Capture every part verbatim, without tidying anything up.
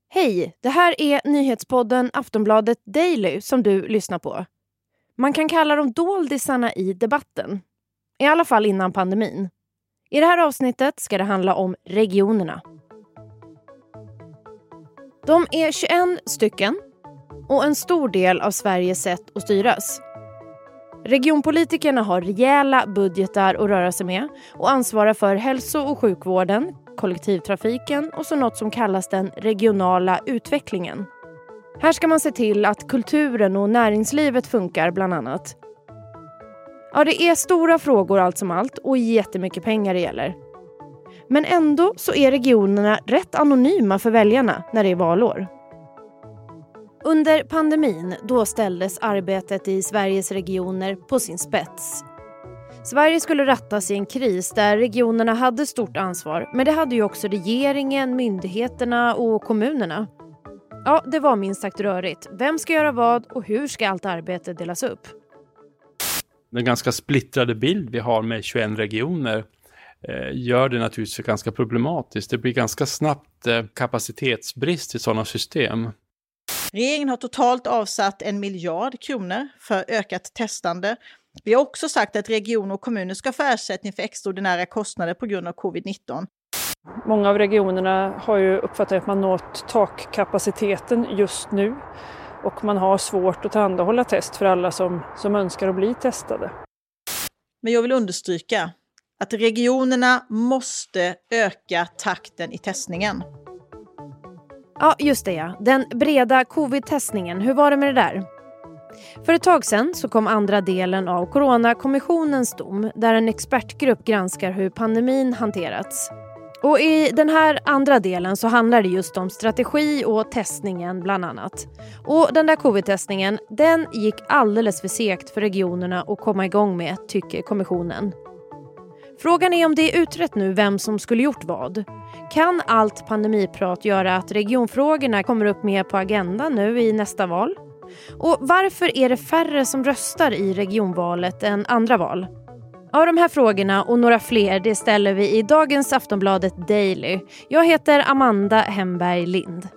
Hej, det här är nyhetspodden Aftonbladet Daily som du lyssnar på. Man kan kalla dem doldisarna i debatten. I alla fall innan pandemin. I det här avsnittet ska det handla om regionerna. De är tjugoett stycken och en stor del av Sveriges sätt att styras. Regionpolitikerna har rejäla budgetar att röra sig med och ansvarar för hälso- och sjukvården, kollektivtrafiken och så något som kallas den regionala utvecklingen. Här ska man se till att kulturen och näringslivet funkar bland annat. Ja, det är stora frågor allt som allt och jättemycket pengar det gäller. Men ändå så är regionerna rätt anonyma för väljarna när det är valår. Under pandemin då ställdes arbetet i Sveriges regioner på sin spets. Sverige skulle rattas i en kris där regionerna hade stort ansvar, men det hade ju också regeringen, myndigheterna och kommunerna. Ja, det var minst sagt rörigt. Vem ska göra vad och hur ska allt arbete delas upp? Den ganska splittrade bild vi har med tjugoett regioner eh, gör det naturligtvis ganska problematiskt. Det blir ganska snabbt eh, kapacitetsbrist i sådana system. Regeringen har totalt avsatt en miljard kronor för ökat testande. Vi har också sagt att regioner och kommuner ska få ersättning för extraordinära kostnader på grund av covid nitton. Många av regionerna har ju uppfattat att man nått takkapaciteten just nu och man har svårt att tillhandahålla test för alla som, som önskar att bli testade. Men jag vill understryka att regionerna måste öka takten i testningen. Ja, just det ja. Den breda covid-testningen. Hur var det med det där? För ett tag sedan så kom andra delen av Coronakommissionens dom där en expertgrupp granskar hur pandemin hanterats. Och i den här andra delen så handlar det just om strategi och testningen bland annat. Och den där covid-testningen, den gick alldeles för segt för regionerna att komma igång med, tycker kommissionen. Frågan är om det är utrett nu vem som skulle gjort vad. Kan allt pandemiprat göra att regionfrågorna kommer upp mer på agendan nu i nästa val? Och varför är det färre som röstar i regionvalet än andra val? Av de här frågorna och några fler det ställer vi i dagens Aftonbladet Daily. Jag heter Amanda Hemberg Lind.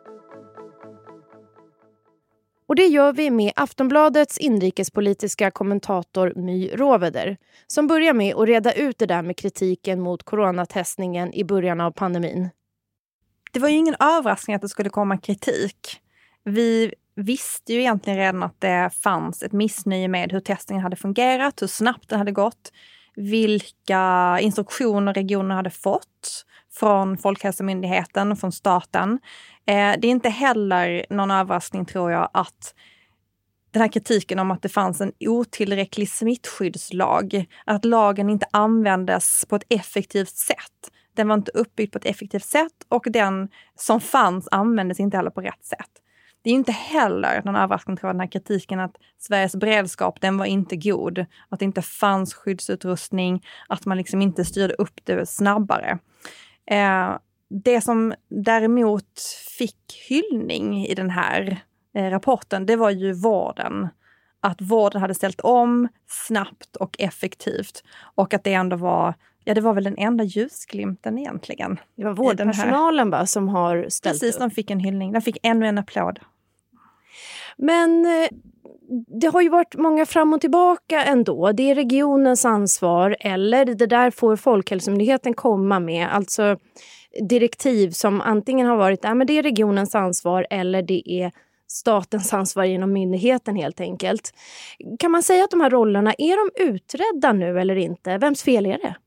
Och det gör vi med Aftonbladets inrikespolitiska kommentator My Råveder som börjar med att reda ut det där med kritiken mot coronatestningen i början av pandemin. Det var ju ingen överraskning att det skulle komma kritik. Vi visste ju egentligen redan att det fanns ett missnöje med hur testningen hade fungerat, hur snabbt den hade gått, vilka instruktioner regionerna hade fått från Folkhälsomyndigheten och från staten. Eh, det är inte heller någon överraskning tror jag att den här kritiken om att det fanns en otillräcklig smittskyddslag, att lagen inte användes på ett effektivt sätt. Den var inte uppbyggd på ett effektivt sätt och den som fanns användes inte heller på rätt sätt. Det är inte heller någon överraskning tror jag, den här kritiken att Sveriges beredskap den var inte god. Att det inte fanns skyddsutrustning, att man liksom inte styrde upp det snabbare. Eh, det som däremot fick hyllning i den här eh, rapporten, det var ju vården. Att vården hade ställt om snabbt och effektivt och att det ändå var, ja det var väl den enda ljusglimten egentligen. Det var vårdpersonalen bara som har ställt Precis, upp. de fick en hyllning. De fick ännu en applåd. Men det har ju varit många fram och tillbaka ändå. Det är regionens ansvar eller det där får Folkhälsomyndigheten komma med. Alltså direktiv som antingen har varit ja, men det är regionens ansvar eller det är statens ansvar inom myndigheten helt enkelt. Kan man säga att de här rollerna, är de utredda nu eller inte? Vems fel är det?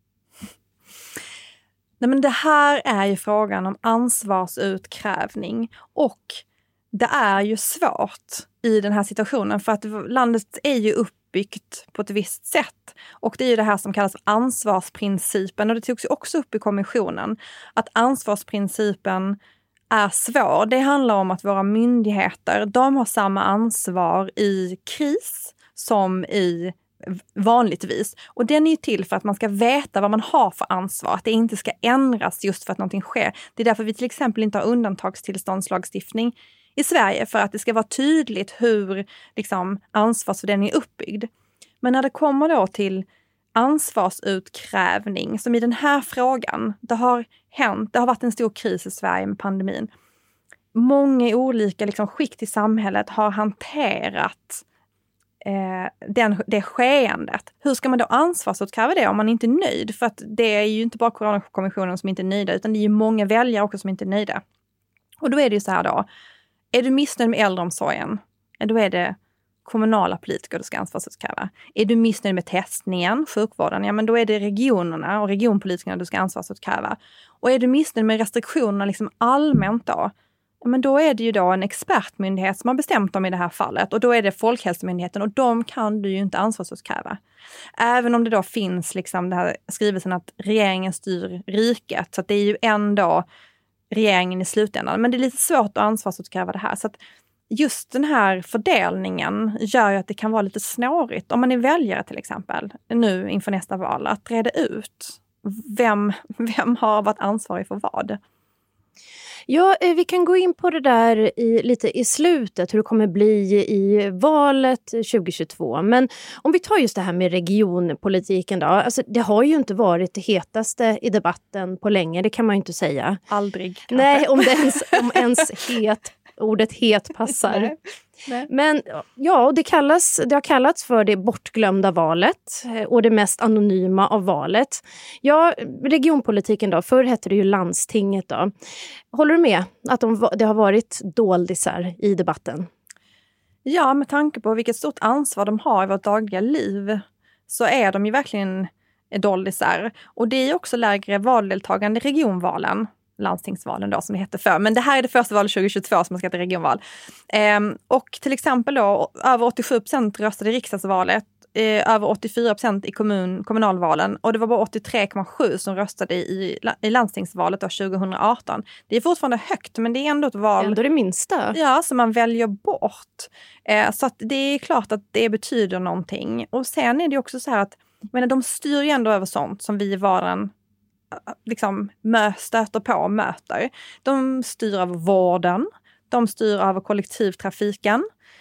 Nej, men det här är ju frågan om ansvarsutkrävning och det är ju svårt i den här situationen för att landet är ju uppbyggt på ett visst sätt och det är ju det här som kallas ansvarsprincipen och det togs ju också upp i kommissionen att ansvarsprincipen är svår. Det handlar om att våra myndigheter, de har samma ansvar i kris som i vanligtvis. Och den är ju till för att man ska veta vad man har för ansvar. Att det inte ska ändras just för att någonting sker. Det är därför vi till exempel inte har undantagstillståndslagstiftning i Sverige. För att det ska vara tydligt hur liksom, ansvarsfördelningen är uppbyggd. Men när det kommer då till ansvarsutkrävning, som i den här frågan, det har hänt, det har varit en stor kris i Sverige med pandemin. många olika liksom, skikt i samhället har hanterat eh, den, det skeendet. Hur ska man då ansvarsutkräva det om man inte är nöjd? För att det är ju inte bara Coronakommissionen som inte är nöjda, utan det är ju många väljare också som inte är nöjda. Och då är det ju så här då, är du missnöjd med äldreomsorgen, då är det kommunala politiker du ska ansvarsutkräva. Är du missnöjd med testningen, sjukvården, ja men då är det regionerna och regionpolitikerna du ska ansvarsutkräva. Och är du missnöjd med restriktionerna liksom allmänt då, ja men då är det ju då en expertmyndighet som har bestämt dem i det här fallet. Och då är det Folkhälsomyndigheten och de kan du ju inte ansvarsutkräva. Även om det då finns liksom den här skrivelsen att regeringen styr riket. Så att det är ju ändå regeringen i slutändan. Men det är lite svårt att ansvarsutkräva det här. Så att just den här fördelningen gör ju att det kan vara lite snårigt. Om man är väljare till exempel, nu inför nästa val, att reda ut vem, vem har varit ansvarig för vad. Ja, vi kan gå in på det där i, lite i slutet, hur det kommer bli i valet tjugohundratjugotvå. Men om vi tar just det här med regionpolitiken då. Alltså, det har ju inte varit det hetaste i debatten på länge, det kan man ju inte säga. Aldrig. Kanske. Nej, om, det ens, om ens het, ordet het passar. Nej. Nej. Men ja, och det, kallas, det har kallats för det bortglömda valet och det mest anonyma av valet. Ja, regionpolitiken då, förr hette det ju landstinget då. Håller du med att de, det har varit doldisar i debatten? Ja, med tanke på vilket stort ansvar de har i vårt dagliga liv så är de ju verkligen doldisar. Och det är också lägre valdeltagande i regionvalen. Landstingsvalen då som det heter för. Men det här är det första valet tjugohundratjugotvå som man ska till regionval. Ehm, och till exempel då över åttiosju procent röstade i riksdagsvalet, eh, över åttiofyra procent i kommun, kommunalvalen och det var bara åttiotre komma sju som röstade i, i landstingsvalet då tjugohundraarton. Det är fortfarande högt men det är ändå ett val. Ändå det minsta. Ja, som man väljer bort. Eh, så att det är klart att det betyder någonting. Och sen är det också så här att men de styr ju ändå över sånt som vi i vardagen liksom stöter på och möter. De styr över vården, de styr över kollektivtrafiken.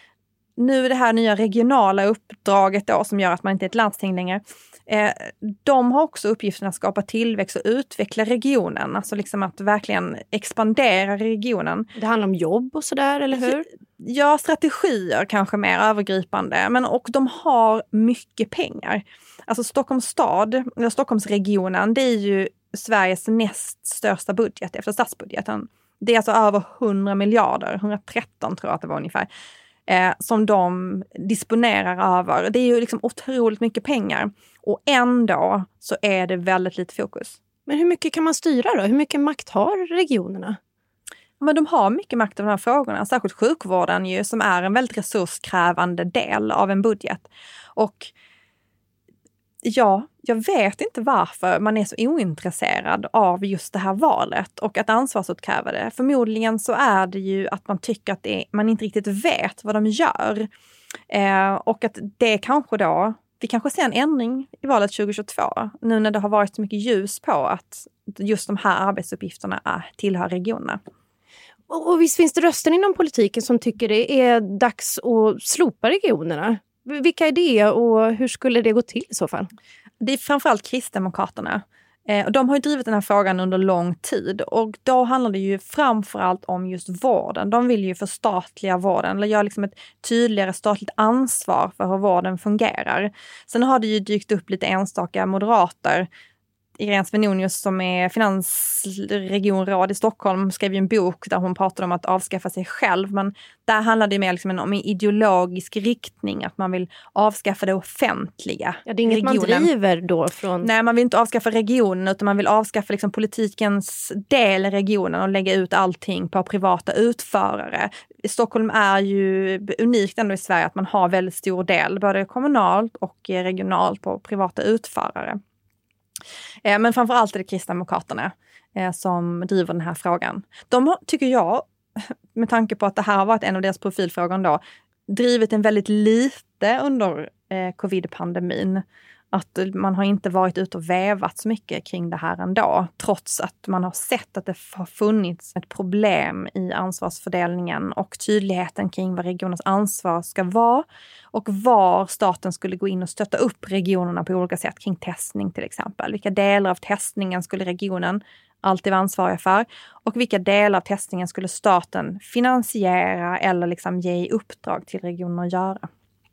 Nu är det här nya regionala uppdraget då som gör att man inte är ett landsting längre. Eh, de har också uppgiften att skapa tillväxt och utveckla regionen. Alltså liksom att verkligen expandera regionen. Det handlar om jobb och sådär, eller hur? Ja, strategier kanske mer övergripande. Men och de har mycket pengar. Alltså Stockholms stad, eller Stockholmsregionen, det är ju Sveriges näst största budget efter statsbudgeten. Det är alltså över hundra miljarder, hundratretton tror jag att det var ungefär, eh, som de disponerar över. Det är ju liksom otroligt mycket pengar. Och ändå så är det väldigt lite fokus. Men hur mycket kan man styra då? Hur mycket makt har regionerna? Men de har mycket makt över de här frågorna, särskilt sjukvården ju, som är en väldigt resurskrävande del av en budget. Och ja, jag vet inte varför man är så ointresserad av just det här valet och att ansvarsutkräva det. Förmodligen så är det ju att man tycker att det är, man inte riktigt vet vad de gör. Eh, och att det kanske då, vi kanske ser en ändring i valet tjugohundratjugotvå, nu när det har varit så mycket ljus på att just de här arbetsuppgifterna är, tillhör regionerna. Och, och visst finns det röster inom politiken som tycker det är dags att slopa regionerna? Vilka är det och hur skulle det gå till i så fall? Det är framförallt Kristdemokraterna. Eh, de har ju drivit den här frågan under lång tid och då handlar det ju framförallt om just vården. De vill ju förstatliga vården eller göra liksom ett tydligare statligt ansvar för hur vården fungerar. Sen har det ju dykt upp lite enstaka moderater. Irene Svenonius som är finansregionråd i Stockholm skrev ju en bok där hon pratade om att avskaffa sig själv. Men där handlar det mer liksom om en ideologisk riktning, att man vill avskaffa det offentliga. Ja, det är inget regionen. Man driver då från... Nej, man vill inte avskaffa regionen utan man vill avskaffa liksom politikens del i regionen och lägga ut allting på privata utförare. Stockholm är ju unikt ändå i Sverige att man har väldigt stor del, både kommunalt och regionalt, på privata utförare. Men framförallt är det Kristdemokraterna eh, som driver den här frågan. De har, tycker jag, med tanke på att det här har varit en av deras profilfrågor då, drivit en väldigt lite under eh, covid-pandemin. Att man har inte varit ute och vävat så mycket kring det här ändå. Trots att man har sett att det har funnits ett problem i ansvarsfördelningen och tydligheten kring vad regionens ansvar ska vara. Och var staten skulle gå in och stötta upp regionerna på olika sätt kring testning till exempel. Vilka delar av testningen skulle regionen alltid var ansvariga för, och vilka delar av testningen skulle staten finansiera eller liksom ge i uppdrag till regionerna att göra.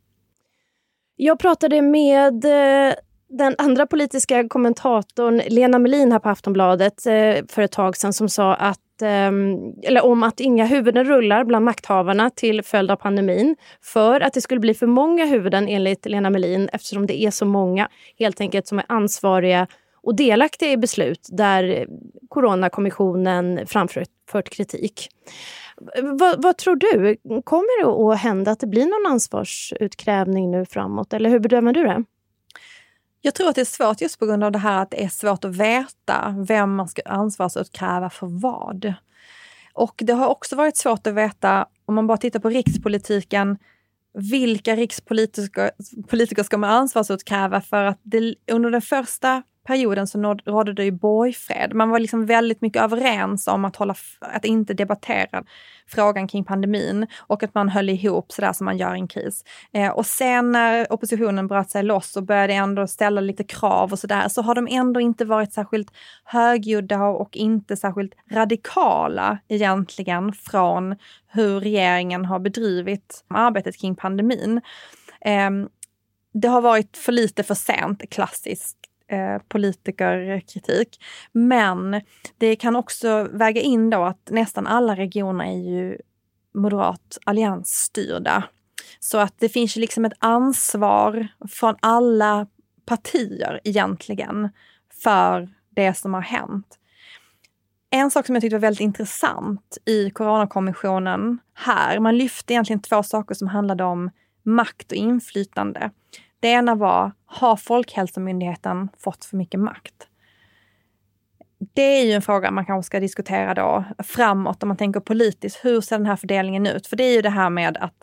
Jag pratade med den andra politiska kommentatorn Lena Melin här på Aftonbladet för ett tag sedan, som sa att eller om att inga huvuden rullar bland makthavarna till följd av pandemin, för att det skulle bli för många huvuden enligt Lena Melin, eftersom det är så många helt enkelt som är ansvariga och delaktiga i beslut där Coronakommissionen framfört kritik. Vad, vad tror du? Kommer det att hända att det blir någon ansvarsutkrävning nu framåt, eller hur bedömer du det? Jag tror att det är svårt just på grund av det här att det är svårt att veta vem man ska ansvarsutkräva för vad. Och det har också varit svårt att veta, om man bara tittar på rikspolitiken, vilka rikspolitiker politiker ska man ansvarsutkräva, för att det, under den första perioden så rådde det ju borgfred. Man var liksom väldigt mycket överens om att, hålla, att inte debattera frågan kring pandemin, och att man höll ihop sådär som man gör i en kris. Eh, och sen när oppositionen bröt sig loss och började ändå ställa lite krav och sådär, så har de ändå inte varit särskilt högljudda och inte särskilt radikala egentligen från hur regeringen har bedrivit arbetet kring pandemin. Eh, det har varit för lite för sent, klassiskt Eh, politikerkritik. Men det kan också väga in då att nästan alla regioner är ju moderat alliansstyrda. Så att det finns ju liksom ett ansvar från alla partier egentligen för det som har hänt. En sak som jag tyckte var väldigt intressant i Coronakommissionen här, man lyfte egentligen två saker som handlade om makt och inflytande. Det ena var, har Folkhälsomyndigheten fått för mycket makt? Det är ju en fråga man kanske ska diskutera då framåt om man tänker politiskt. Hur ser den här fördelningen ut? För det är ju det här med att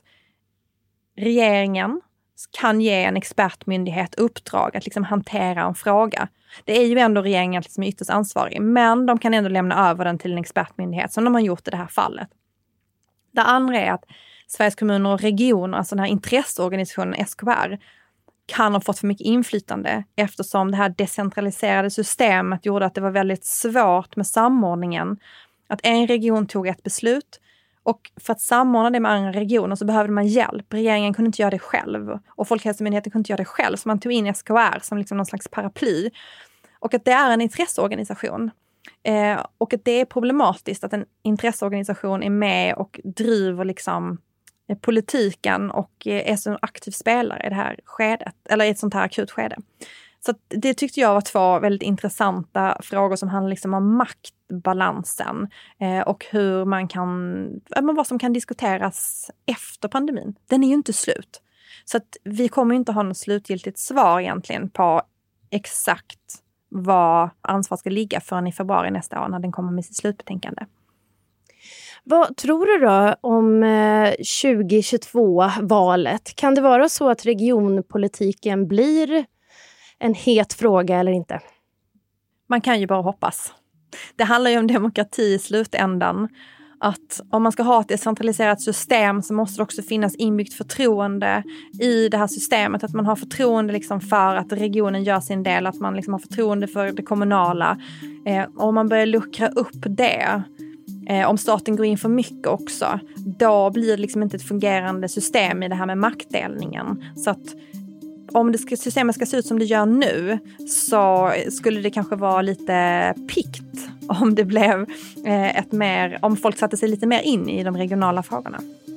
regeringen kan ge en expertmyndighet uppdrag att liksom hantera en fråga. Det är ju ändå regeringen som är ytterst ansvarig, men de kan ändå lämna över den till en expertmyndighet som de har gjort i det här fallet. Det andra är att Sveriges kommuner och regioner, alltså den här intresseorganisationen S K R, kan ha fått för mycket inflytande, eftersom det här decentraliserade systemet gjorde att det var väldigt svårt med samordningen. Att en region tog ett beslut, och för att samordna det med andra regioner så behövde man hjälp. Regeringen kunde inte göra det själv, och Folkhälsomyndigheten kunde inte göra det själv, så man tog in S K R som liksom någon slags paraply. Och att det är en intresseorganisation. Eh, och att det är problematiskt att en intresseorganisation är med och driver liksom politiken och är så aktiv spelare i det här skedet, eller i ett sånt här akut skede. Så att det tyckte jag var två väldigt intressanta frågor som handlar liksom om maktbalansen eh, och hur man kan, eh, vad som kan diskuteras efter pandemin. Den är ju inte slut. Så att vi kommer inte ha något slutgiltigt svar egentligen på exakt vad ansvar ska ligga förrän i februari nästa år när den kommer med sitt slutbetänkande. Vad tror du då om tjugohundratjugotvå-valet? Kan det vara så att regionpolitiken blir en het fråga eller inte? Man kan ju bara hoppas. Det handlar ju om demokrati i slutändan. Att om man ska ha ett decentraliserat system så måste det också finnas inbyggt förtroende i det här systemet. Att man har förtroende liksom för att regionen gör sin del. Att man liksom har förtroende för det kommunala. Eh, och om man börjar luckra upp det, eh, om staten går in för mycket också, då blir det liksom inte ett fungerande system i det här med maktdelningen. Så att om det ska, systemet ska se ut som det gör nu, så skulle det kanske vara lite pikt om det blev eh, ett mer, om folk satte sig lite mer in i de regionala frågorna.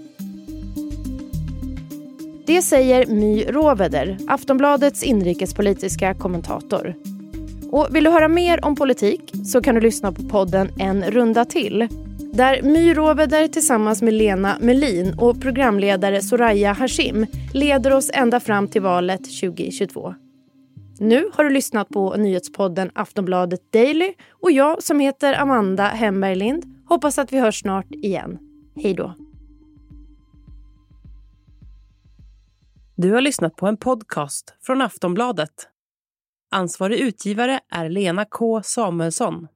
Det säger My Råväder, Aftonbladets inrikespolitiska kommentator. Och vill du höra mer om politik så kan du lyssna på podden En runda till. Där My Råväder tillsammans med Lena Melin och programledare Soraya Hashim leder oss ända fram till valet tjugohundratjugotvå. Nu har du lyssnat på nyhetspodden Aftonbladet Daily och jag som heter Amanda Hemberglind hoppas att vi hörs snart igen. Hej då! Du har lyssnat på en podcast från Aftonbladet. Ansvarig utgivare är Lena K. Samuelsson.